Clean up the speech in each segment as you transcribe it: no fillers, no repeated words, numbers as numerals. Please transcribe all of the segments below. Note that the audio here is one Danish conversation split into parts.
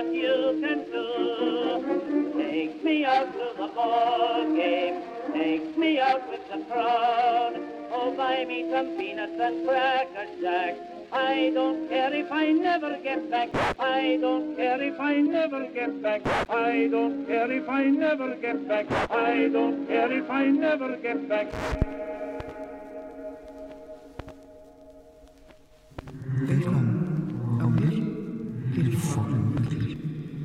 what you can do. Take me out to the ball game, take me out with the crowd. Oh, buy me some peanuts and cracker jack. I don't care if I never get back. I don't care if I never get back. I don't care if I never get back. I don't care if I never get back. Velkommen, og virkelig lidt fucking.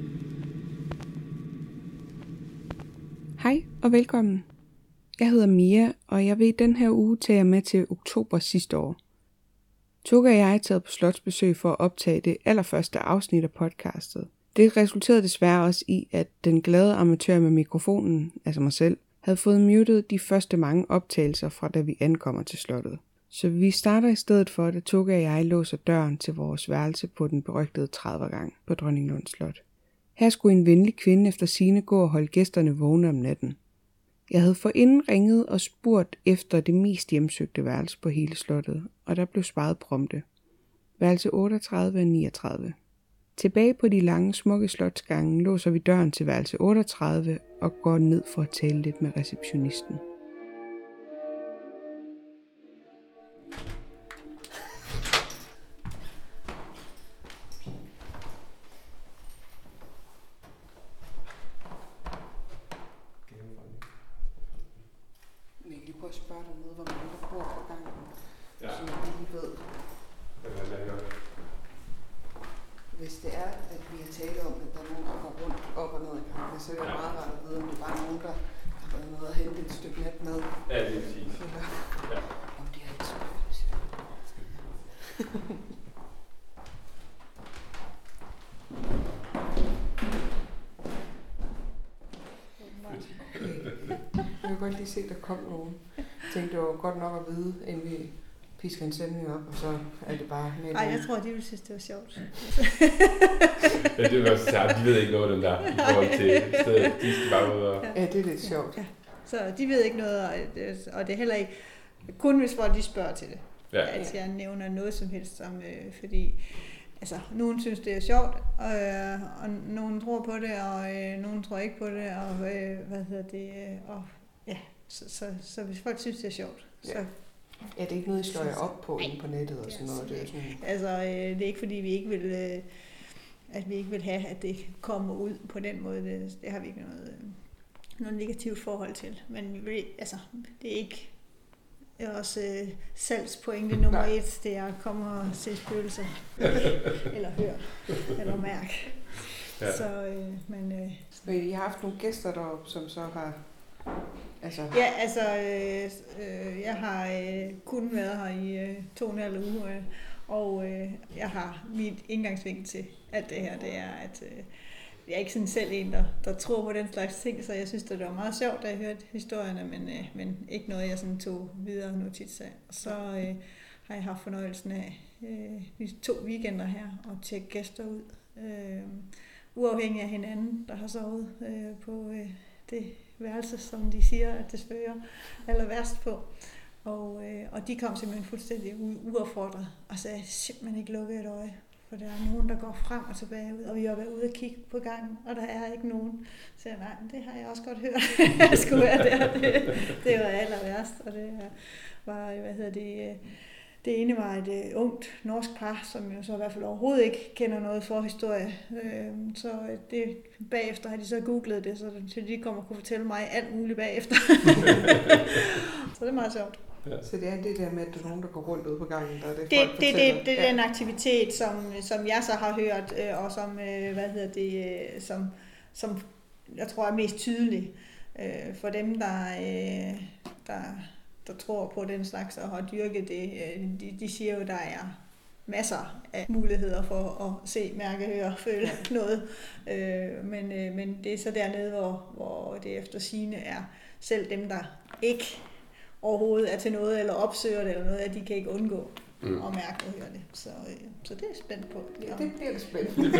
Hej og velkommen. Jeg hedder Mia, og jeg vil i den her uge tage jer med til oktober sidste år. Tugga og jeg er taget på slotsbesøg for at optage det allerførste afsnit af podcastet. Det resulterede desværre også i, at den glade amatør med mikrofonen, altså mig selv, havde fået muted de første mange optagelser fra da vi ankommer til slottet. Så vi starter i stedet for, at Tugga og jeg låser døren til vores værelse på den berygtede 30'er-gang på Dronninglund Slot. Her skulle en venlig kvinde efter sigende gå og holde gæsterne vågne om natten. Jeg havde forinden ringet og spurgt efter det mest hjemsøgte værelse på hele slottet, og der blev svaret prompte. Værelse 38 og 39. Tilbage på de lange, smukke slotsgange låser vi døren til værelse 38 og går ned for at tale lidt med receptionisten. Jeg kan lige prøve at spørge dig noget, hvor mange der bor på gangen, Ja. så jeg lige ved. Hvis det er, at vi har talt om, at der er nogen, der går rundt op og ned i gangen, så er det meget rart at vide, om det bare er nogen, der har været nede og hentet et stykke net med. Ja, det er præcis. Eller Ja. om de har et spøgelse. Jeg kan godt lige se, at der kom nogen. Jeg tænkte, det var godt nok at vide, inden vi pisker en stemning op, og så er det bare med. Nej, jeg tror, de ville synes, det var sjovt. Ja, det er også særligt. De ved ikke noget, den der, i forhold til stedet. De skal bare ud og... Ja, det er lidt sjovt. Ja. Så de ved ikke noget, og det er heller ikke kun, hvis folk de spørger til det. Ja. At jeg nævner noget som helst, som, fordi altså, nogen synes, det er sjovt, og nogen tror på det, og nogen tror ikke på det, og og ja, så hvis folk synes, det er sjovt, så... Ja, det er ikke noget, I slår jer op på inde på nettet og sådan noget. Det er sådan... Altså, det er ikke fordi, vi ikke vil, at vi ikke vil have, at det kommer ud på den måde. Det har vi ikke noget negativt forhold til. Men altså, det er ikke også salgspointe nummer 1, det er at komme og se spøgelser. Eller høre, eller mærke. Ja. Så, I har haft nogle gæster deroppe, som så har... Altså... Ja, altså, jeg har kun været her i 2,5 uge, og jeg har mit indgangsvinkel til alt det her, det er, at jeg er ikke sådan selv en, der tror på den slags ting, så jeg synes, det var meget sjovt, da jeg hørte historierne, men ikke noget, jeg sådan tog videre notits af. Og så har jeg haft fornøjelsen af 2 weekender her, og tjekke gæster ud, uafhængig af hinanden, der har sovet på det værelse, som de siger, at det spøger aller værst på. Og de kom simpelthen fuldstændig uaffordret og sagde, simpelthen ikke lukke et øje, for der er nogen, der går frem og tilbage ud, og vi har været ude og kigge på gangen, og der er ikke nogen. Så jeg, nej, det har jeg også godt hørt, at skulle være der. Det var aller værst, og det var, det ene var et ungt norsk par, som jo så i hvert fald overhovedet ikke kender noget forhistorie. Så det, bagefter har de så googlet det, så de kommer og kunne fortælle mig alt muligt bagefter. Så det er meget sjovt. Ja. Så det er det der med, at der er nogen, der går rundt ude på gangen, der er det, folk fortæller? Det er den aktivitet, som jeg så har hørt, og som, som jeg tror er mest tydelig for dem, der tror på den slags og har dyrket det. De siger jo, der er masser af muligheder for at se, mærke, høre, føle noget. Men det er så dernede, hvor det efter sigende er selv dem, der ikke overhovedet er til noget, eller opsøger det, eller noget, at de kan ikke undgå at mærke og høre det. Så det er jeg spændt på. Ja, det bliver det spændende.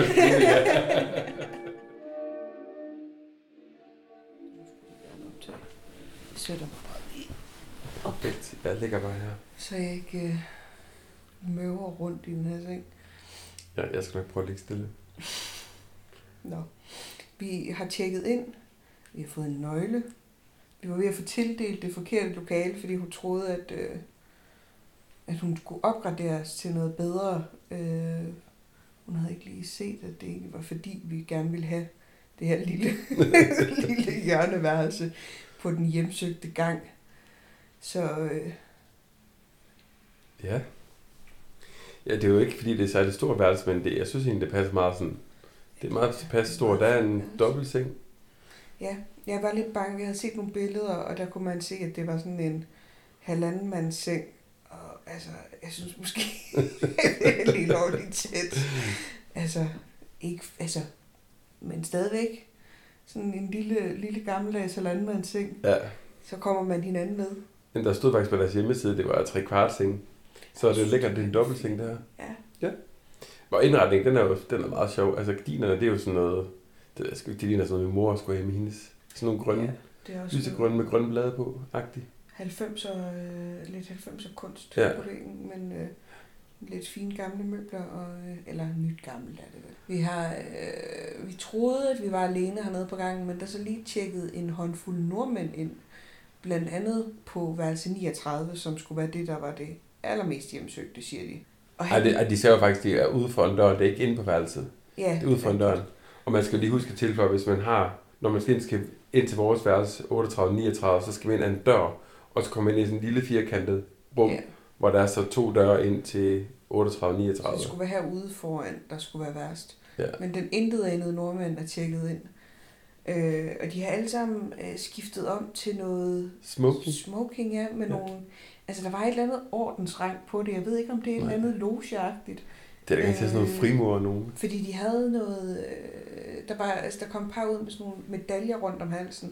Sætter mig bare lige op. Jeg ligger bare her. Så jeg ikke møver rundt i den her seng. Ja, jeg skal nok prøve at ligge stille. Nå. Vi har tjekket ind. Vi har fået en nøgle. Vi var ved at få tildelt det forkerte lokale, fordi hun troede, at hun skulle opgraderes til noget bedre. Hun havde ikke lige set, at det egentlig var fordi, vi gerne ville have det her lille hjørneværelse på den hjemsøgte gang. Så Ja, det er jo ikke fordi, det er særligt stort værelse, men jeg synes egentlig, det passer meget sådan. Det er meget tilpas stort. Der er en dobbeltseng. Ja, jeg var lidt bange. Vi havde set nogle billeder, og der kunne man se, at det var sådan en 1,5 mands seng. Og altså, jeg synes måske, det er lige lovligt tæt. Men stadigvæk sådan en lille gammeldags 1,5 mands seng. Ja. Så kommer man hinanden med. Men der stod faktisk på deres hjemmeside, det var 3/4 seng. Så det er lækkert, det er en dobbeltseng der. Ja. Og indretningen, den er meget sjov. Altså gardinerne, det er jo sådan noget, det ligner sådan noget, min mor skulle have med hendes. Sådan nogle grønne, lysegrønne med grønne blade på, agtigt. 90'er, lidt 90'er kunst på væggen, men lidt fine gamle møbler, eller nyt gammelt er det vel. Vi troede, at vi var alene hernede på gangen, men der så lige tjekket en håndfuld nordmænd ind, blandt andet på værelse 39, som skulle være det, der var det allermest hjemsøgte, siger de. De ser jo faktisk, de er ude for en dør, det er ikke inde på værelset. Ja. Det er ude for en dør. Og man skal lige huske til, for hvis man når man skal ind til vores værelse 38-39, så skal man ind ad en dør, og så kommer man ind i sådan en lille firkantet rum, hvor der er så 2 døre ind til 38-39. Så det skulle være herude foran, der skulle være værst. Ja. Men den intetanede nordmænd er tjekket ind. Og de har alle sammen skiftet om til noget smoking, ja, med nogle. Altså der var et eller andet ordensrang på det. Jeg ved ikke om det er et eller andet logeagtigt. Det er da ikke sådan noget frimur nogen. Fordi de havde noget. Der kom et par ud med sådan nogle medaljer rundt om halsen.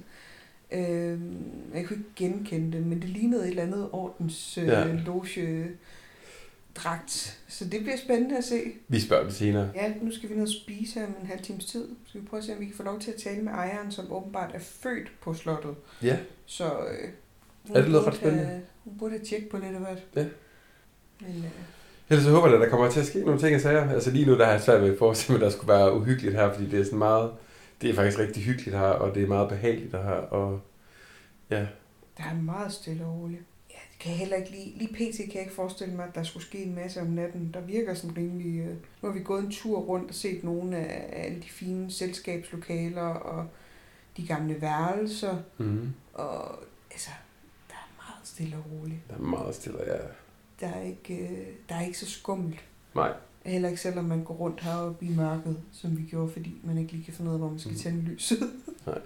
Jeg kunne ikke genkende det, men det lignede et eller andet ordens loge dragt. Så det bliver spændende at se. Vi spørger det senere. Ja, nu skal vi ned og spise om en halv times tid. Så vi prøver at se, om vi kan få lov til at tale med ejeren, som åbenbart er født på slottet. Ja. Så det lyder ret spændende. Hun burde have tjekket på lidt af hvert. Ja. Men, ellers så håber jeg, at der kommer til at ske nogle ting og sager. Altså lige nu, der har jeg svært ved at forestille mig, at der skulle være uhyggeligt her, fordi det er sådan meget. Det er faktisk rigtig hyggeligt her, og det er meget behageligt her, og ja. Der er meget stille og roligt. Ja, det kan jeg heller ikke lige pt. Kan jeg ikke forestille mig, at der skulle ske en masse om natten. Der virker sådan rimelig. Nu har vi gået en tur rundt og set nogle af alle de fine selskabslokaler og de gamle værelser. Mm-hmm. Og altså, der er meget stille og roligt. Der er meget stille, ja. Der er ikke så skummelt. Nej. Heller ikke selvom man går rundt heroppe i mørket, som vi gjorde, fordi man ikke lige kan finde ud af, hvor man skal tænde lyset. Nej.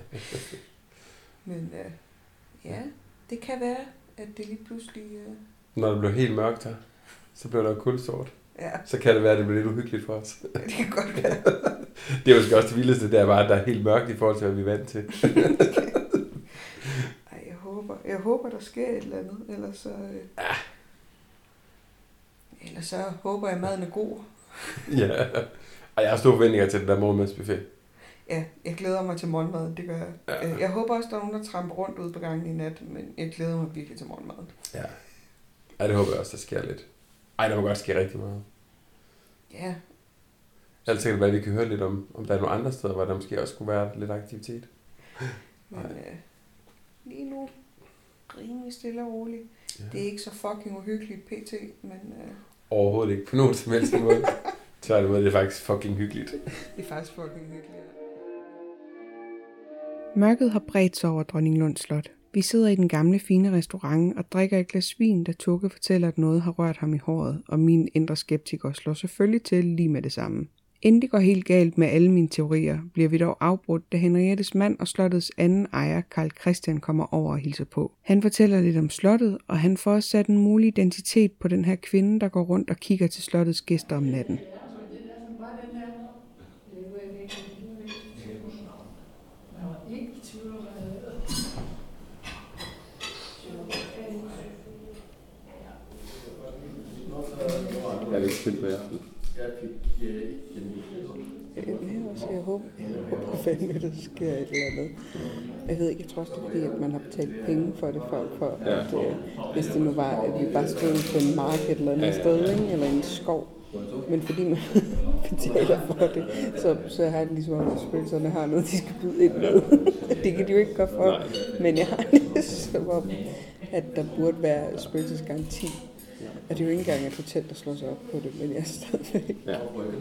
Men ja, det kan være, at det lige pludselig. Når det bliver helt mørkt her, så bliver der kulsort. Ja. Så kan det være, at det bliver lidt uhyggeligt for os. Det kan godt være. Det er måske også det vildeste, det er bare, at der er helt mørkt i forhold til, hvad vi er vant til. Ej, jeg håber, der sker et eller andet. Ellers så håber jeg, at maden er god. Ja, og jeg har store forventninger til den der morgenmadsbuffet. Ja, jeg glæder mig til morgenmaden, det gør jeg. Ja. Jeg håber også, der er nogen, der tramper rundt ude på gangen i nat, men jeg glæder mig virkelig til morgenmaden. Ja, det håber jeg også, der sker lidt. Ej, der må godt ske rigtig meget. Ja. Altså kan det være, at vi kan høre lidt om der er nogle andre steder, hvor der måske også skulle være lidt aktivitet. Men lige nu, rimelig stille og roligt. Ja. Det er ikke så fucking uhyggeligt pt, men. Overhovedet ikke på nogen som helst måde. Tværtimod, det er faktisk fucking hyggeligt. Det er faktisk fucking hyggeligt. Mørket har bredt sig over Dronninglund Slot. Vi sidder i den gamle fine restaurant og drikker et glas vin, da Toke fortæller, at noget har rørt ham i håret, og min indre skeptiker slår selvfølgelig til lige med det samme. Inden det går helt galt med alle mine teorier, bliver vi dog afbrudt, da Henriettes mand og slottets anden ejer, Karl Christian, kommer over og hilser på. Han fortæller lidt om slottet, og han får også sat en mulig identitet på den her kvinde, der går rundt og kigger til slottets gæster om natten. Jeg er ikke spændt på jer. Jeg håber fandme, der sker et eller andet. Jeg ved ikke, jeg tror også, det er fordi, at man har betalt penge for det for at hvis det nu var, at vi bare stod på en mark et eller andet sted, ikke? Eller en skov. Men fordi betaler for det. Så har det ligesom, at spøgelserne har noget, de skal byde ind med. Det kan de jo ikke gøre for. Men jeg har ligesom om, at der burde være spøgelsesgaranti. Og det er jo ikke engang et hotel, der slår sig op på det, men jeg er stadigvæk. Ja.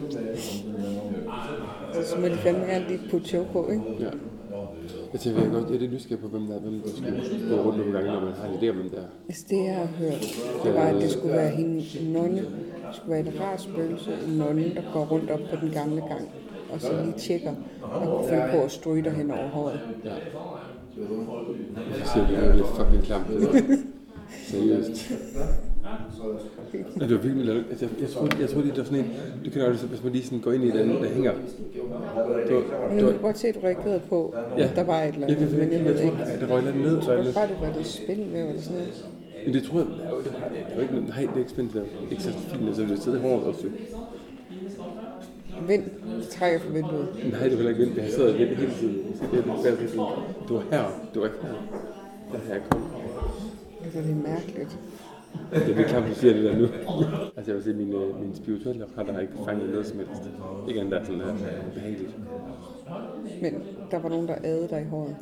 Så må de fandme gerne lige putte show på, ikke? Ja. Jeg tænker godt, jeg er lidt nysgerrig på, hvem der skal gå rundt nogle gange, når man har en idé om, hvem der er. Altså det, jeg har hørt, det var, at det skulle være hende, en nonne. Det skulle være et rart spøgelse, en nonne, der går rundt op på den gamle gang, og så lige tjekker, og kunne finde på at stryge hen over håret. Ja. Jeg siger, det er lidt fucking klamt, det der. Seriøst. Ja, det var virkelig lavet. Altså, jeg troede lige, det var sådan en... Du kan jo hvis man lige sådan går ind i et andet, der hænger... Jeg kan godt se, at du reagerede på, at der var et eller andet, men jeg ved ikke. Det røg lidt ned, så jeg lidt... Bare det var det spil med, eller sådan noget. Men det tror jeg... Det var ikke... Nej, det er ikke spændt. Det er ikke så fint, så det er stadig hårdt også. Vind. Det trækker for vinduet. Nej, det var ikke vind. Jeg har siddet og vendt hele tiden. Du var her. Du var ikke her. Der er jeg kommet. Det er mærkeligt. Det er lidt klart, du siger det der nu. Altså jeg vil sige, min spirituelle ret har ikke fanget noget som helst. Ikke andet der er sådan behageligt. Men der var nogen, der adede dig i håret?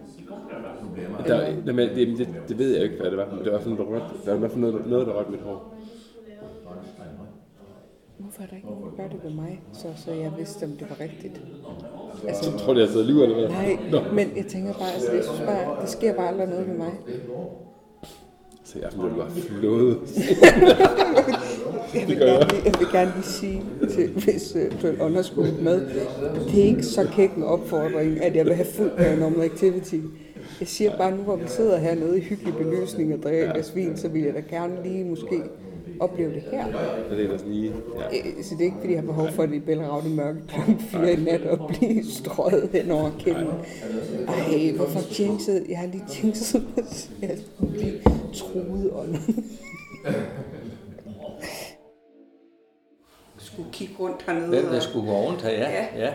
Det ved jeg ikke, hvad det var. Men det var sådan noget, der var i hvert fald noget, der rørte mit hår. Hvorfor er der ikke nogen, der gør det ved mig, så jeg vidste, om det var rigtigt? Altså, tror du, jeg sidder og lyver, eller hvad? Nej, men jeg tænker bare, altså, jeg synes bare, det sker bare aldrig noget med mig. Så jeg bliver bare flået. Jeg vil gerne lige sige, til, hvis du er underskudt med, det er ikke så kæk en opfordring, at jeg vil have fuld paranormal activity. Jeg siger bare, nu hvor vi sidder hernede i hyggelig belysning og drikker et vin, så vil jeg da gerne lige måske opleve det her. Det er sådan lige, ja. Så det er ikke, fordi jeg har behov for det i bælragte mørke kl. 4 i nat og blive strøget hen over kinden. Ej, hvorfor jinxede? Jeg har lige jinxet, at jeg skulle blive truet ånden. Skulle kigge rundt hernede. Hvem der skulle gå rundt her, ja.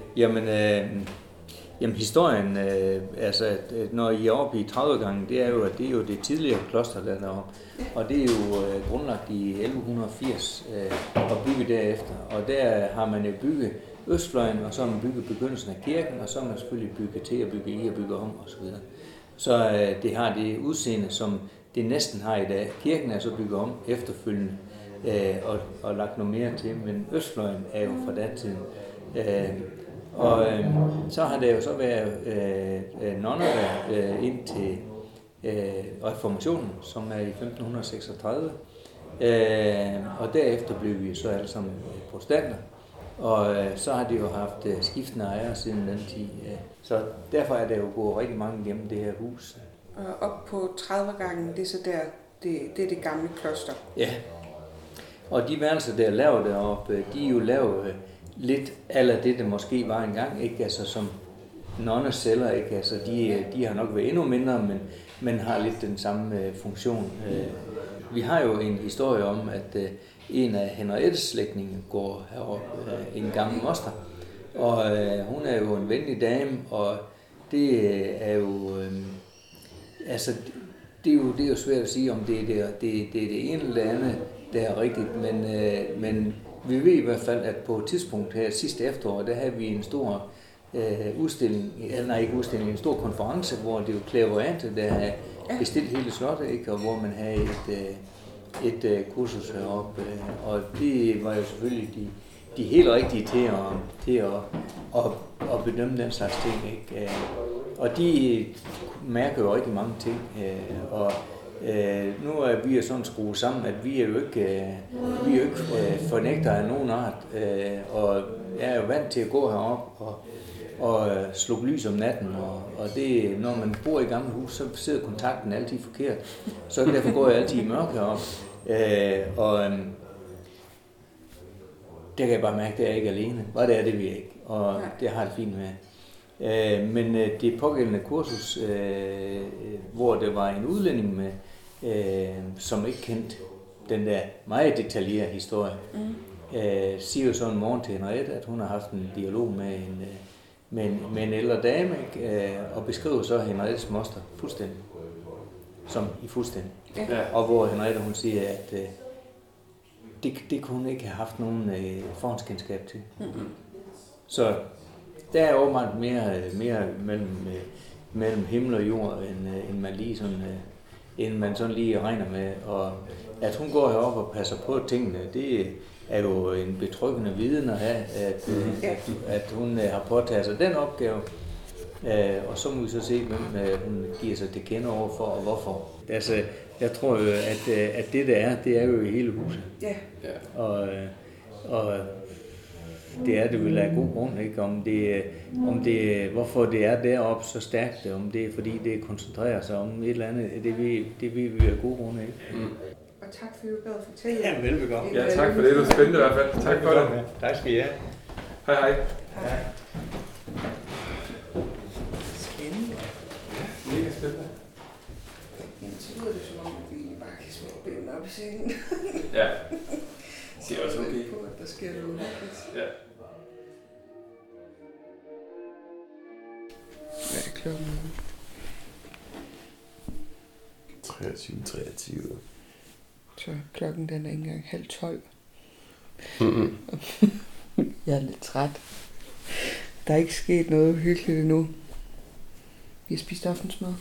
Jamen historien, altså når I er oppe i 30-gangen, det er jo det tidligere kloster, der er deroppe. Og det er jo grundlagt i 1180 og bygget derefter. Og der har man jo bygget østfløjen, og så har man bygget begyndelsen af kirken, og så har man selvfølgelig bygget til at bygge i og bygge om osv. Så det har det udseende, som det næsten har i dag. Kirken er så bygget om efterfølgende og lagt noget mere til, men østfløjen er jo fra datiden. Og så har der jo så været nonner der ind til reformationen, som er i 1536. Og derefter blev vi så alle sammen protestanter. Og så har de jo haft skiftende ejere siden den tid. Så derfor er der jo gået rigtig mange gennem det her hus. Og op på 30-gangen, det er så der, det er det gamle kloster. Ja. Og de værelser, der er lavet deroppe, de er jo lavet lidt eller det måske var engang, ikke? Altså som nonner celler, ikke? Altså de har nok været endnu mindre, men har lidt den samme funktion. Vi har jo en historie om, at en af Henriettes slægtninge går heroppe, en gammel moster, og hun er jo en venlig dame, og det er jo altså det er jo svært at sige, om det er det ene eller det andet, der er rigtigt, men vi ved i hvert fald, at på et tidspunkt her sidste efterår, der havde vi en stor en stor konference, hvor det jo Clairvoyante, der havde bestilt hele slottet, ikke? Og hvor man havde et kursus heroppe, og det var jo selvfølgelig de helt rigtige til at bedømme den slags ting, ikke? Og de mærker jo rigtig mange ting, og nu er vi jo sådan skruet sammen, at vi er jo ikke fornægter af nogen art, og jeg er jo vant til at gå herop og slukke lys om natten, og det, når man bor i gamle hus, så sidder kontakten altid forkert, så derfor går jeg altid i mørke herop, og der kan jeg bare mærke, at jeg er ikke alene, og det er det vi ikke, og det har det fint med. Men det pågældende kursus, hvor der var en udlænding med, som ikke kendte den der meget detaljerede historie, siger jo så en morgen til Henriette, at hun har haft en dialog med en ældre dame, ikke? Og beskriver så Henriettes moster fuldstændig, som i fuldstændig. Ja. Og hvor Henriette hun siger, at det kunne hun ikke have haft nogen forhåndskendskab til. Så der er åbenbart mere mellem himmel og jord, end man lige sådan, end man sådan lige regner med. Og at hun går herop og passer på tingene, det er jo en betryggende viden at have, at hun har påtaget sig den opgave. Og så må vi så se, hvem hun giver sig til kende overfor, og hvorfor. Altså, jeg tror jo, at det er jo i hele huset. Ja. Og det vil af god grund, ikke? Om det, hvorfor det er deroppe så stærkt, om det er fordi det koncentrerer sig om et eller andet, det vil vi af god grund, ikke? Og tak for, at du gad at fortælle. Ja, velbekomme. Ja, tak for det. Det var spændende i hvert fald. Tak for det. Tak skal I have. Hej hej. Hej. Spændende. Ja, mega spændende. Jamen, så lyder det som om, at vi bare kan små benene op i sengen. Ja. Det er også okay. På, at der sker noget uhyggeligt. Ja. Hvad er klokken? 23. Så klokken den er ikke engang 11:30. Mm-hmm. Jeg er lidt træt. Der er ikke sket noget hyggeligt endnu. Vi har spist aftensmad.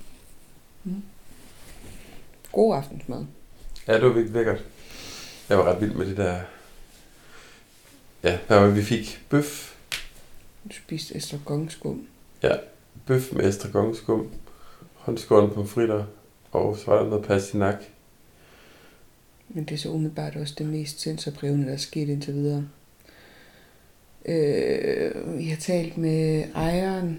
God aftensmad. Ja, det var virkelig lækkert. Jeg var ret vild med det der... Ja, hvad var det, vi fik? Bøf. Du spiste estragonskum. Ja, bøf med estragonskum, håndskårne pomfritter, og så var der noget pastinak. Men det er så umiddelbart også det mest sindsoprivende, der er sket indtil videre. Jeg har talt med ejeren.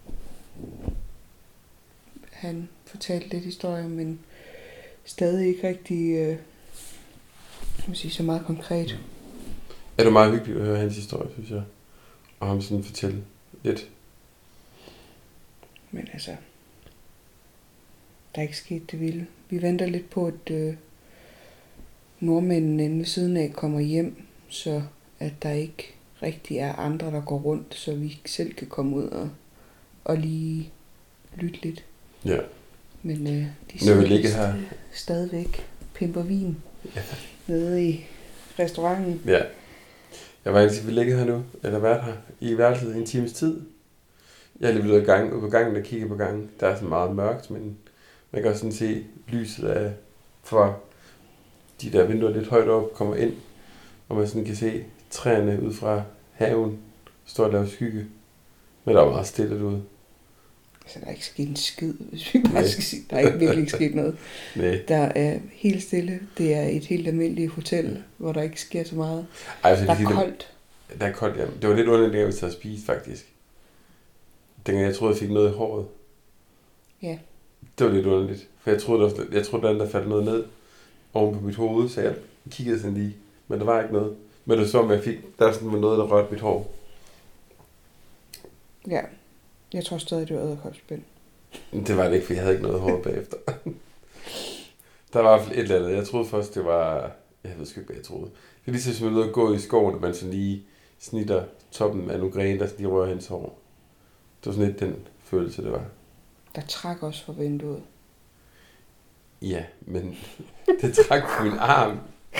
Han fortalte lidt historier, men stadig ikke rigtig så meget konkret. Ja, det var meget hyggeligt at høre hans historie, synes jeg. Og ham sådan fortælle lidt. Men altså, der er ikke sket det vilde. Vi venter lidt på, at nordmændene inde ved siden af kommer hjem, så at der ikke rigtig er andre, der går rundt, så vi selv kan komme ud og lige lytte lidt. Ja. Men de sidder her. Stadigvæk pimper vin nede i restauranten. Ja. Jeg var egentlig, vi ligger her nu, eller været her i værelset i en times tid. Jeg er lige blevet ude på gangen og kigger på gangen. Der er sådan meget mørkt, men man kan også sådan se lyset af fra de der vinduer lidt højt op kommer ind, og man sådan kan se træerne ud fra haven står og laver skygge. Men der er meget stille derude. Så der er ikke sket en skid, hvis vi bare skal sige. Der er ikke virkelig sket noget. Nej. Der er helt stille. Det er et helt almindeligt hotel, hvor der ikke sker så meget. Ej, der er koldt. Der er koldt, ja. Det var lidt underligt, at vi tager spise, faktisk. Dengang jeg troede, jeg fik noget i håret. Ja. Det var lidt underligt. For jeg troede der faldt noget ned oven på mit hoved, så jeg kiggede sådan lige. Men der var ikke noget. Men det var som, jeg fik, der sådan var noget, der rørte mit hår. Ja. Jeg tror stadig, det var edderkopspind. Det var det ikke, for jeg havde ikke noget hår bagefter. Der var et eller andet. Jeg troede først, det var... Jeg ved sgu ikke, hvad jeg troede. Det er ligesom, som at gå i skoven, og man sådan lige snitter toppen af nogle grene, der lige rører hendes hår. Det var sådan lidt den følelse, det var. Der trak også fra vinduet. Ja, men det trak på min arm.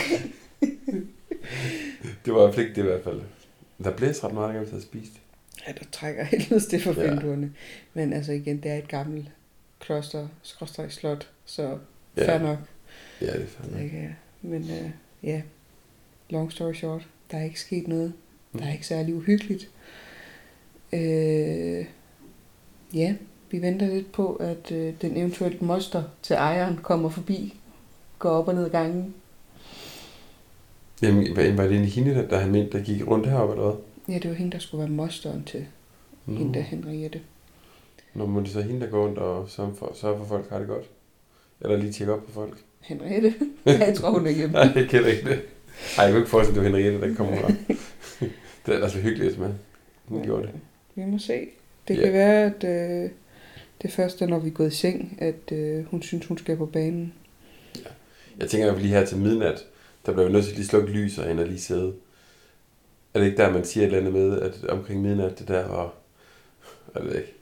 Det var ikke det i hvert fald. Der blæste ret meget, da vi havde spist. Ja, der trækker helvedes det fra vinduerne. Men altså igen, det er et gammelt kloster, slot, så fair nok. Ja, det er fair nok. Okay. Men ja, long story short, der er ikke sket noget. Der er ikke særlig uhyggeligt. Ja, vi venter lidt på, at den eventuelt moster til ejeren kommer forbi, går op og ned ad gangen. Jamen, var det egentlig hende, der han mente, der gik rundt heroppe, eller hvad? Ja, det var hende, der skulle være mosteren til hende, der Henriette. Nå, må det så hende, der går rundt og sørger for, at folk har det godt? Eller lige tjekke op på folk? Henriette? Jeg tror, hun er hjemme. Nej, jeg kender ikke det. Ej, jeg kunne ikke forestille, at det var Henriette, der kommer her. Det er altså hyggeligt, men hun gjorde det. Vi må se. Det kan være, at det første er, når vi er gået i seng, at hun synes, hun skal på banen. Ja. Jeg tænker, at lige her til midnat, der bliver vi nødt til at lige slukke lys og ind og lige sidde. Er det ikke der, man siger et eller andet med, at omkring midnat, det der, og... Jeg ved ikke.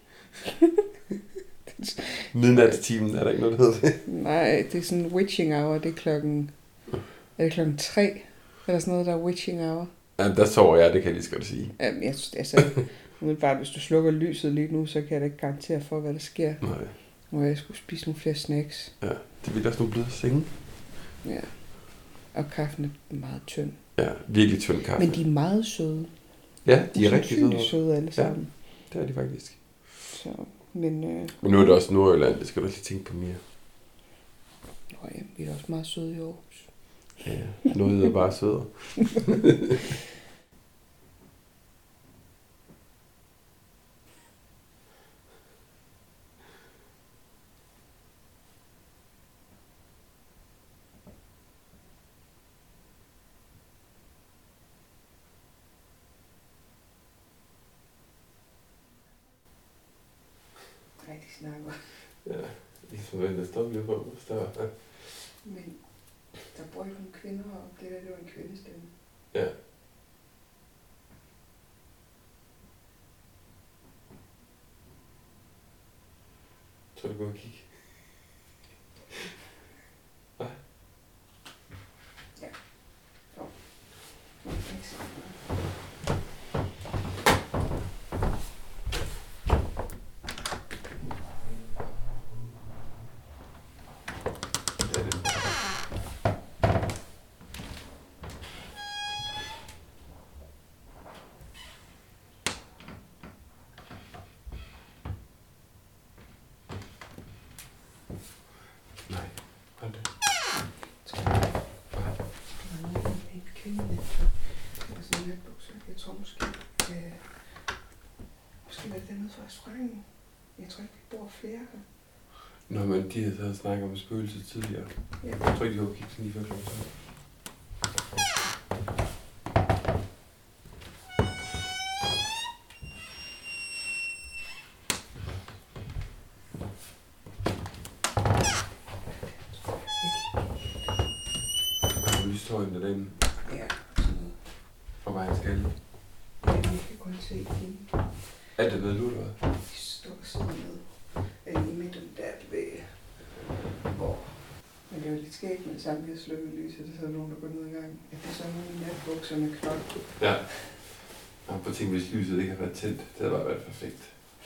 Midnatstimen, er der ikke noget, der hedder det? Nej, det er sådan witching hour, det er klokken 3. Eller sådan noget, der er witching hour. Ja, der sover jeg, det kan jeg lige så godt sige. Jamen, jeg sagde, umiddelbart, hvis du slukker lyset lige nu, så kan jeg da ikke garantere for, hvad der sker. Nej. Og jeg skulle spise nogle flere snacks. Ja, det vil også nogle bløde senge. Ja. Og kaffen er meget tynd. Ja, virkelig tynd kaffe. Men de er meget søde. Ja, de er rigtig søde alle sammen. Ja, det er de faktisk. Så, men nu er det også Nordjylland, det skal du lige tænke på mere. Nå ja, vi er også meget søde i Aarhus. Ja, noget er bare sødere. Nej, de snakker. Ja, ligesom den der står lige på, større. Ja. Men der bor ikke nogle kvinder heroppe. Det var en kvindestemme. Ja. Så du gå og kigge. Hvad? Ja. Så. Nej, hold det. Jeg tror måske var det dernede fra restauranten. Jeg tror ikke, vi bor flere her. Nå, men de havde så snakket om spøgelset tidligere. Ja. Jeg tror ikke, de kunne kigge sådan lige før klokken 12. Lystøjen derinde. Ja. Fra vejen skal. Ja, vi kan kun se hende. Er det noget, du eller hvad? De står sådan med i midten der ved hvor. Men det er jo lidt skægt med det samme, vi har slukket lyset, så er der nogen, der går ned i gang. At det er sådan nogle natbukser med knold. Ja. Og på ting, hvis lyset ikke har været tændt, det havde bare været perfekt.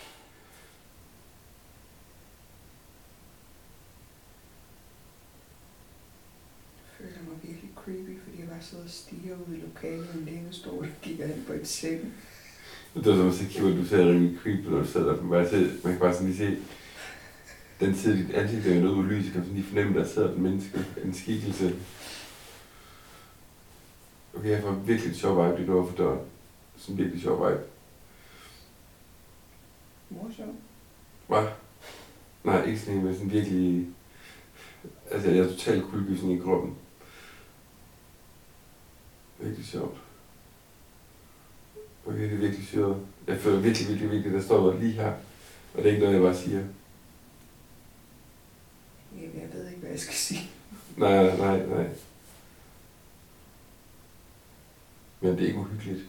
Jeg føler mig virkelig creepy, fordi jeg bare sidder og stiger ud i lokalet med en lænestol og kigger hen på et seng. Det var som at se, Kim, du ser rimelig creepy, når du sidder der. Man kan bare sådan lige se, den side af dit ansigt, der er noget ud af lyset, kan man sådan lige fornemme, der sidder et menneske, en skikkelse. Okay, jeg får virkelig et sjov vibe lige over for døren. Sådan en virkelig sjov vibe. Morsom. Hvad? Nej, ikke sådan en, men sådan virkelig... Altså, jeg er totalt kuldegysen i kroppen. Virkelig sjovt. Okay, det er virkelig syret. Jeg føler virkelig, der står noget lige her. Og det er ikke noget, jeg bare siger. Jeg ved ikke, hvad jeg skal sige. Nej. Men det er ikke uhyggeligt.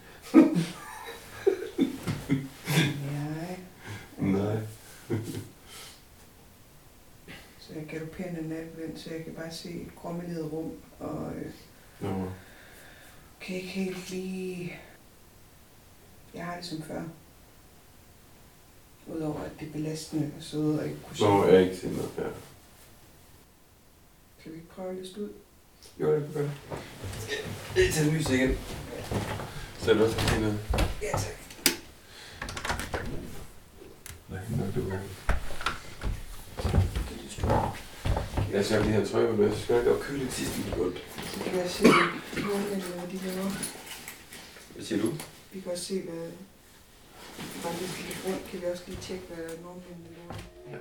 Nej. Så jeg galopperende natvind, så jeg kan bare se et grommeligt rum, og kan ikke helt lige... Jeg har det som før. Udover at det er belastende at sidde og ikke kunne se. Jeg er ikke set noget her. Kan vi ikke prøve at liste ud? Jo, det kan gøre. Jeg tager lys igen. Så du også kan se noget. Ja, tak. Nej, nok det var. Jeg skal lige have trøje med, så skal jeg ikke opkøle det sidste minut. Så kan jeg se, hvad de laver. Hvad siger du? Vi kan også se, hvad... Bare lige lidt rundt, kan vi også lige tjekke, hvad nordmændene laver. Ja.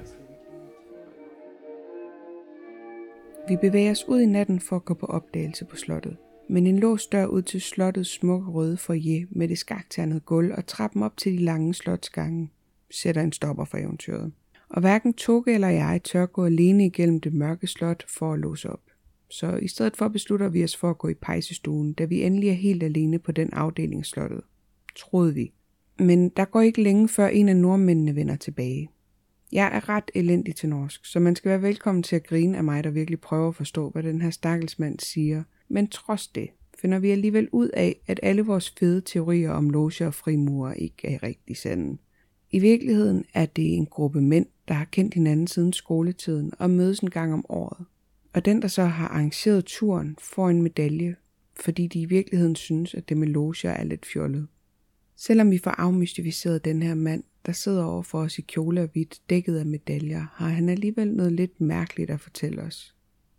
Vi bevæger os ud i natten for at gå på opdagelse på slottet. Men en låst dør ud til slottets smukke røde foyer med det skakternede gulv og trappen op til de lange slotsgange sætter en stopper for eventyret. Og hverken Toge eller jeg tør gå alene igennem det mørke slot for at låse op. Så i stedet for beslutter vi os for at gå i pejsestuen, da vi endelig er helt alene på den afdeling slottet. Troede vi. Men der går ikke længe før en af nordmændene vender tilbage. Jeg er ret elendig til norsk, så man skal være velkommen til at grine af mig, der virkelig prøver at forstå, hvad den her stakkelsmand siger. Men trods det finder vi alligevel ud af, at alle vores fede teorier om loger og frimurer ikke er rigtig sande. I virkeligheden er det en gruppe mænd, der har kendt hinanden siden skoletiden og mødes en gang om året. Og den, der så har arrangeret turen, får en medalje, fordi de i virkeligheden synes, at det med loger er lidt fjollet. Selvom vi får afmystificeret den her mand, der sidder over for os i kjole og hvidt, dækket af medaljer, har han alligevel noget lidt mærkeligt at fortælle os.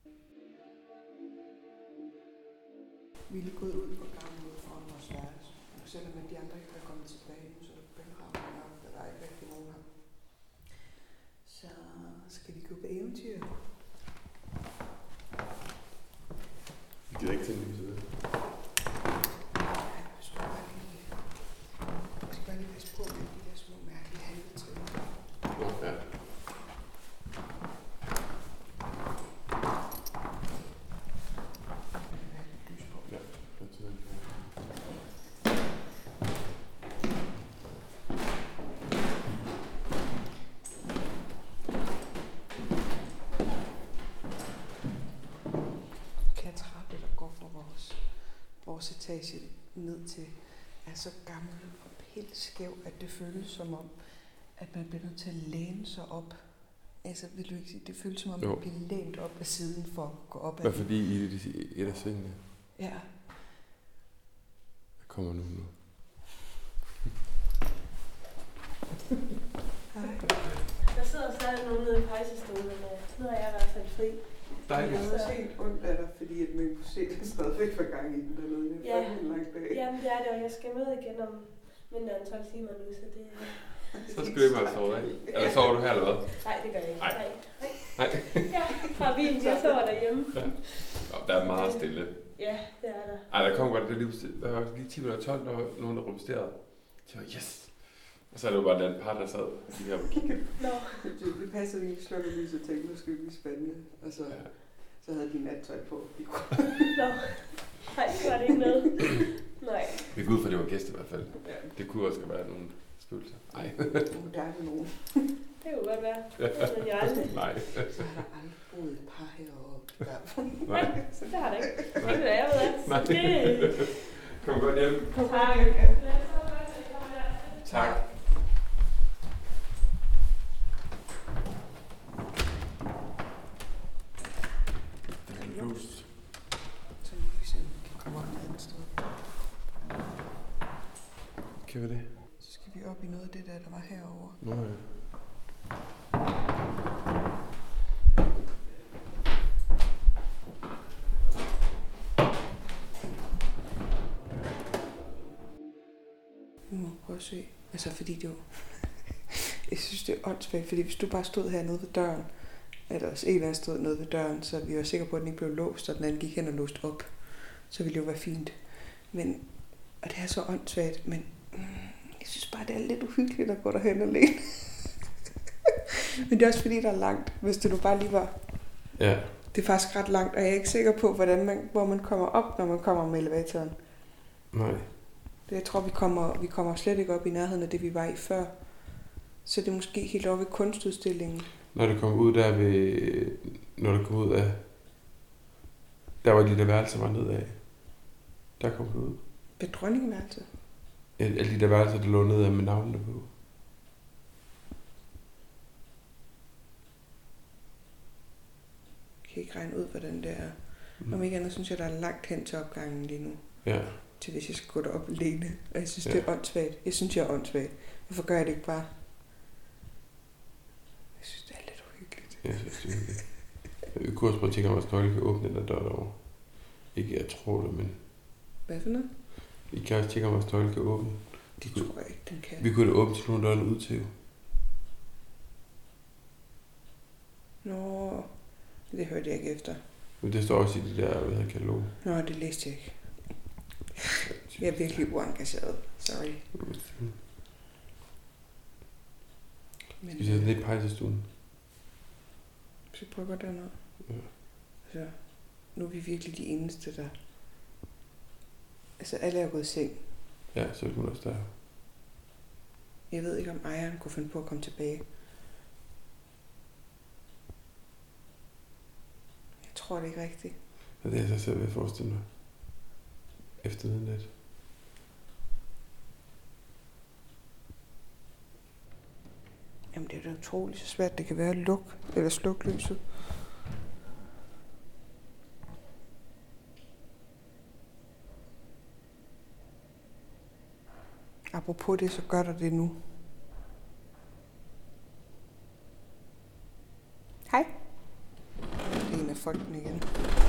Vi er lige gået ud på gangen ud foran vores værelse. Selvom de andre ikke er kommet tilbage, så bælragerne op, der er ikke rigtig nogen her. Så skal vi gå på eventyr. Vi gider ikke tænde lyset. Vi skal bare lige passe på med de der små mærkelige halvetrin. Ja. Vores etage ned til er så gammel og helt skæv, at det føles som om, at man bliver nødt til at læne sig op. Altså, vil du ikke sige, det føles som om, man bliver lænt op af siden for at gå op ad. Hvad fordi I et af svingene? Ja. Jeg kommer nu. Hej. Der sidder stadig nogen nede i pejsestolen, men nu er jeg i hvert fald fri. Dejligt. Jeg havde også helt ondt af dig, fordi at man kunne se, at den stadigvæk var gang i den dernede. Det er Ja. en lang dag. Jamen det er det, og jeg skal møde igen om mindre end 12 timer nu, så det Så skal du bare sove af. Eller sover du her eller hvad? Nej, det gør jeg ikke. Nej. Ja, fra bilen, jeg sover derhjemme. Ja. Der er meget stille. Ja, det er der. Ej, der kom godt, der var lige 10 minutter 12, der var nogen, der rumsterede. Jeg var, yes! Og så er det jo bare den par, der sad lige her og kiggede. Nå. Vi passede lige slukker lyset og tænkte, nu skal vi blive spændende. Og så, så havde de nattøj på. Nå. Nej, det var det ikke noget. Nej. Vi går ud fra, det var gæster i hvert fald. Ja. Det kunne også være nogle spøgelser. Nej. Der er nogen. Det kunne godt være. Men jeg aldrig. Nej. Så har der aldrig boet et par heroppe. Nej. Det har det ikke. Det vil jeg ved at. Nej. Det. Kom godt hjem. Tak. Tak. Den er låst. Så vi kan se, om vi kan komme op et andet sted. Kan vi det? Så skal vi op i noget af det der var herovre. Nå ja. Vi må prøve at se. Altså fordi det jo... Jeg synes det er åndssvagt, fordi hvis du bare stod hernede ved døren, eller også en eller anden stod nede ved døren, så vi var sikre på, at den ikke blev låst, og den anden gik hen og låst op. Så ville det jo være fint. Men, og det er så åndssvagt, men jeg synes bare, det er lidt uhyggeligt at gå derhen alene. Men det er også fordi, der er langt, hvis det nu bare lige var... Ja. Det er faktisk ret langt, og jeg er ikke sikker på, hvor man kommer op, når man kommer med elevatoren. Nej. Jeg tror, vi kommer slet ikke op i nærheden af det, vi var i før. Så det er måske helt over ved kunstudstillingen. Når det kommer ud der ved... Når det kommer ud af... Der var de der værelser var nedad. Der kom det ud. Ved dronningeværelset? Alle de der værelser, der lå nedad med navnene på. Jeg kan ikke regne ud, hvordan det er. Om ikke andet synes jeg, der er langt hen til opgangen lige nu. Ja. Til hvis jeg skal gå derop alene. Og jeg synes, det er åndssvagt. Jeg synes, jeg er åndssvagt. Hvorfor gør jeg det ikke bare? Jeg synes, det er lidt uhyggeligt. Jeg synes, det er uhyggeligt. Vi kunne også prøve at tænke, om vores nøgle kan åbne den der dør derovre. Ikke, jeg tror det, men... Hvad for noget? Vi kan også tjekke, om vores nøgle kan åbne. Det tror jeg ikke, den kan. Vi kunne da åbne til nogle dørene ud til jo. Nå, det hørte jeg ikke efter. Men det står også i det der, hvad hedder katalog. Nå, det læste jeg ikke. Jeg er virkelig uengageret. Sorry. Men, Skal vi sætte lidt i pejsestuen? skal vi prøve at gå derned? Ja. Altså, nu er vi virkelig de eneste, der... Altså, alle er gået i seng. Ja, så er det også der. Jeg ved ikke, om ejeren kunne finde på at komme tilbage. Jeg tror det ikke rigtigt. Og det er jeg så selv ved at forestille mig. efter midnat. Jamen det er da utroligt så svært, det kan være at lukke eller slukke lyset. Apropos det, så gør der det nu. Hej. Det er en af folkene igen.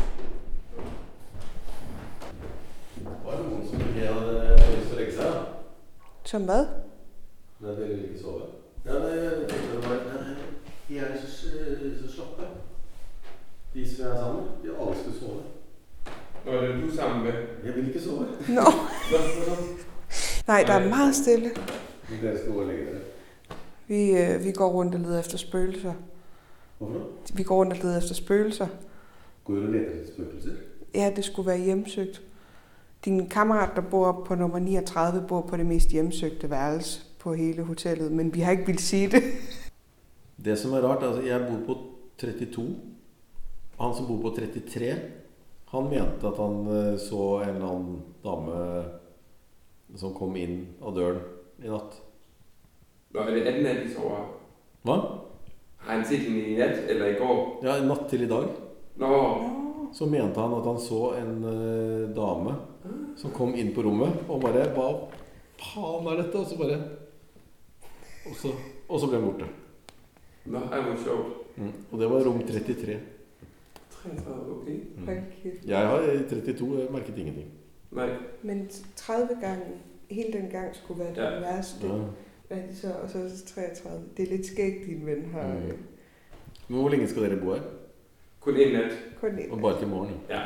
Var det noen som ikke hadde lyst til å legge seg? Da? Som hvad? Nei, dere vil ikke sove? Ja, jeg tenkte det var de er så slappe. De som jeg er sammen med, de alle skal sove. Nå, er det du sammen med? Jeg vil ikke sove. Nå. Nej, der er meget stille. Dere skal gå og lægge dere. Vi går rundt og leder efter spøgelser. Hvorfor da? Vi går rundt og leder efter spøgelser. Går du og leter etter spøkelser? Ja, det skulle være hjemsøgt. Din kammerat, der bor på nummer 39, bor på det mest hjemsøgte værelse på hele hotellet, men vi har ikke vildt sige det. Det som er rart, altså jeg bor på 32. Han som bor på 33, han mente at han så en eller annen dame som kom inn av døren i natt. Nå, er det anden nat, I sover? Hva? Har han set hende i nat, eller i går? Ja, natt til i dag. Nå. Så mente han at han så en dame som kom inn på rommet og bare, hva faen er dette? Og så bare, og så ble han borte. Nå, det var sjovt. Og det var rom 33. 33, okay. Jeg har 32, jeg merket ingenting. Nej. Men 30 gange, hele den gang skulle være den værste. Ja. Og så 33. Det er lidt skægt, din ven har. Men hvor længe skal dere bo her? Kun en nat. Kun en Og bare til morgen? Ja.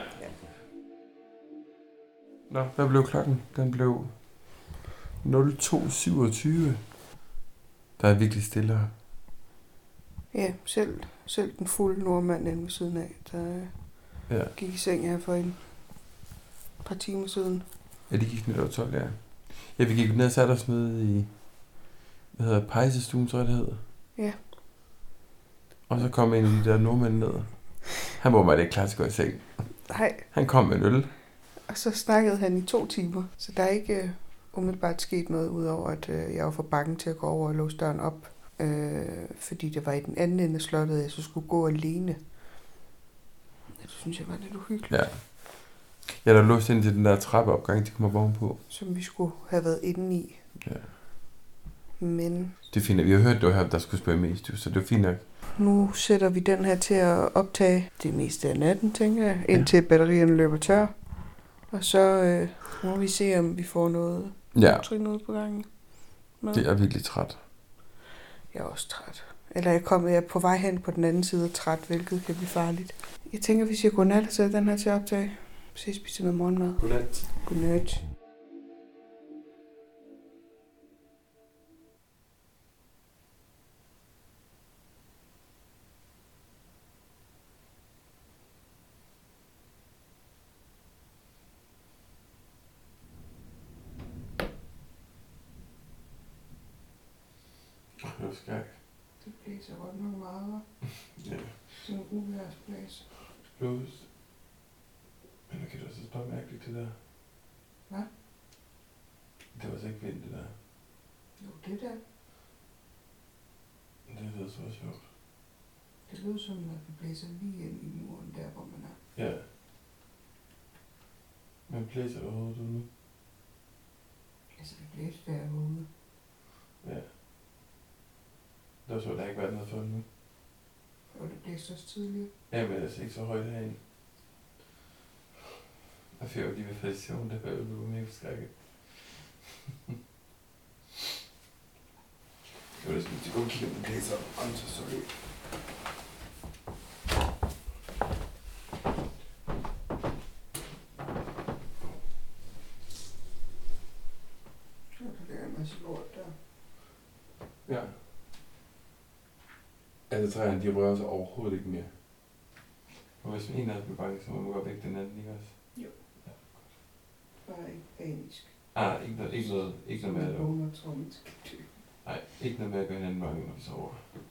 Nå, hvad blev klokken? Den blev 02.27. Der er virkelig stille her. Ja, selv den fulde nordmand inde ved siden af, der gik i seng her for et par timer siden. Ja, det gik lidt 12, ja. Ja, vi gik ned og satte os nede i, hvad hedder pejsestuen, tror jeg det hedder. Ja. Og så kom en af de der nordmænd ned. Han var meget ikke klar til at gå i seng. Nej. Han kom med en øl. Og så snakkede han i 2 timer. Så der er ikke umiddelbart sket noget, udover at jeg var for bange til at gå over og låse døren op. Fordi det var i den anden ende af slottet, jeg så skulle gå alene. Det synes jeg var lidt uhyggeligt. Ja. Ja, der låste ind til den der trappeopgang, de kommer ovenpå. Som vi skulle have været inde i. Ja. Men det er fint, vi har hørt, det var her, der skulle spille mest, så det er fint nok. Nu sætter vi den her til at optage det meste af natten, tænker jeg, indtil batterierne løber tør. Og så må vi se, om vi får noget noget på gangen. Det er virkelig træt. Jeg er også træt. Eller jeg er på vej hen på den anden side træt, hvilket kan blive farligt. Jeg tænker, hvis jeg går nat, så den her til at optage. Så jeg spiser noget morgenmad. Godnat. Godnat. Det var skræk. Det blæser godt nok meget, hva'? Ja. Sådan en uværsblæs. Blås. Men nu kan du også bare mærkeligt det der. Hvad? Det var så ikke vind, det der. Jo, det der. Det lyder så sjovt. Det lyder som, at vi blæser lige ind i muren der, hvor man er. Ja. Men blæser det overhovedet nu? Altså, det blæser derude. Ja. Der så der ikke været noget for nu. Og det blæste også tidligere. Ja, men altså ikke så højt herinde. Jeg fik jo lige ved fascination, der var jo mega skrækket. Det var næsten til at gå og kigge, det er så. I'm so sorry. Der er en masse lort der. Ja. Altså træerne, de rører sig overhovedet ikke mere. Og hvis en af dem bliver bange, så må man godt væk den anden, ikke også? Jo. Ja. Bare ikke panisk. Ikke noget med at vågner traumatisk. Nej, ikke noget med at gøre hinanden bange, når vi sover.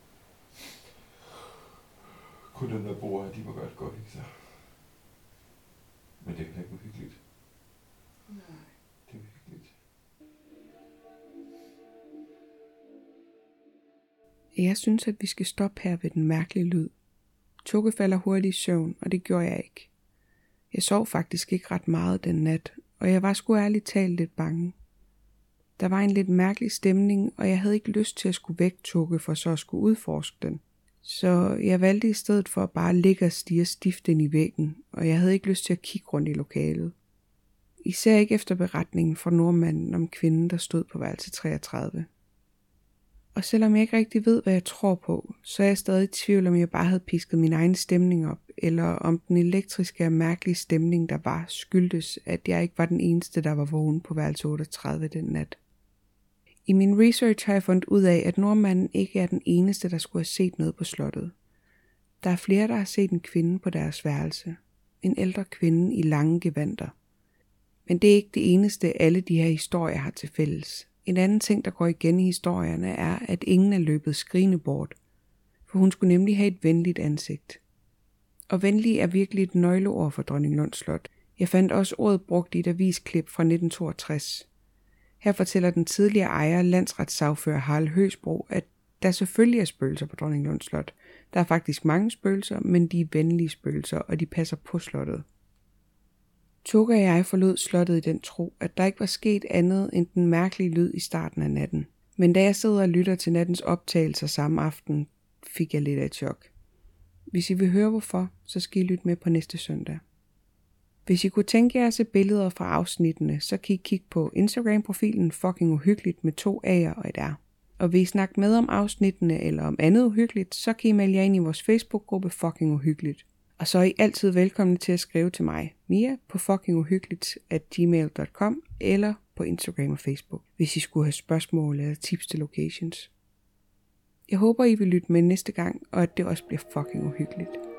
Kun dem, der bor her, de må godt gå, ikke så? Men det er ikke uhyggeligt. Jeg synes, at vi skal stoppe her ved den mærkelige lyd. Toke falder hurtigt i søvn, og det gjorde jeg ikke. Jeg sov faktisk ikke ret meget den nat, og jeg var sgu ærligt talt lidt bange. Der var en lidt mærkelig stemning, og jeg havde ikke lyst til at skulle vække Toke for så at skulle udforske den. Så jeg valgte i stedet for at bare ligge og stirre stift ind i væggen, og jeg havde ikke lyst til at kigge rundt i lokalet. Især ikke efter beretningen fra nordmanden om kvinden, der stod på værelse 33. Og selvom jeg ikke rigtig ved, hvad jeg tror på, så er jeg stadig i tvivl, om jeg bare havde pisket min egen stemning op, eller om den elektriske og mærkelige stemning, der var, skyldtes, at jeg ikke var den eneste, der var vågen på værelse 38 den nat. I min research har jeg fundet ud af, at nordmanden ikke er den eneste, der skulle have set noget på slottet. Der er flere, der har set en kvinde på deres værelse. En ældre kvinde i lange gevanter. Men det er ikke det eneste, alle de her historier har til fælles. En anden ting, der går igen i historierne, er, at ingen er løbet skrigende bort. For hun skulle nemlig have et venligt ansigt. Og venlig er virkelig et nøgleord for Dronninglund Slot. Jeg fandt også ordet brugt i et avisklip fra 1962. Her fortæller den tidligere ejer, landsretssagfører Harald Høsbro, at der selvfølgelig er spøgelser på Dronninglund Slot. Der er faktisk mange spøgelser, men de er venlige spøgelser, og de passer på slottet. Toke og jeg forlod slottet i den tro, at der ikke var sket andet end den mærkelige lyd i starten af natten. Men da jeg sidder og lytter til nattens optagelser samme aften, fik jeg lidt af et chok. Hvis I vil høre hvorfor, så skal I lytte med på næste søndag. Hvis I kunne tænke jer at se billeder fra afsnittene, så kan I kigge på Instagram-profilen Fucking Uhyggeligt med 2 A'er og et R. Og vil I snakke med om afsnittene eller om andet uhyggeligt, så kan I melde jer ind i vores Facebook-gruppe Fucking Uhyggeligt. Og så er I altid velkomne til at skrive til mig, Mia, på fuckinguhyggeligt@gmail.com eller på Instagram og Facebook, hvis I skulle have spørgsmål eller tips til locations. Jeg håber, I vil lytte med næste gang, og at det også bliver fucking uhyggeligt.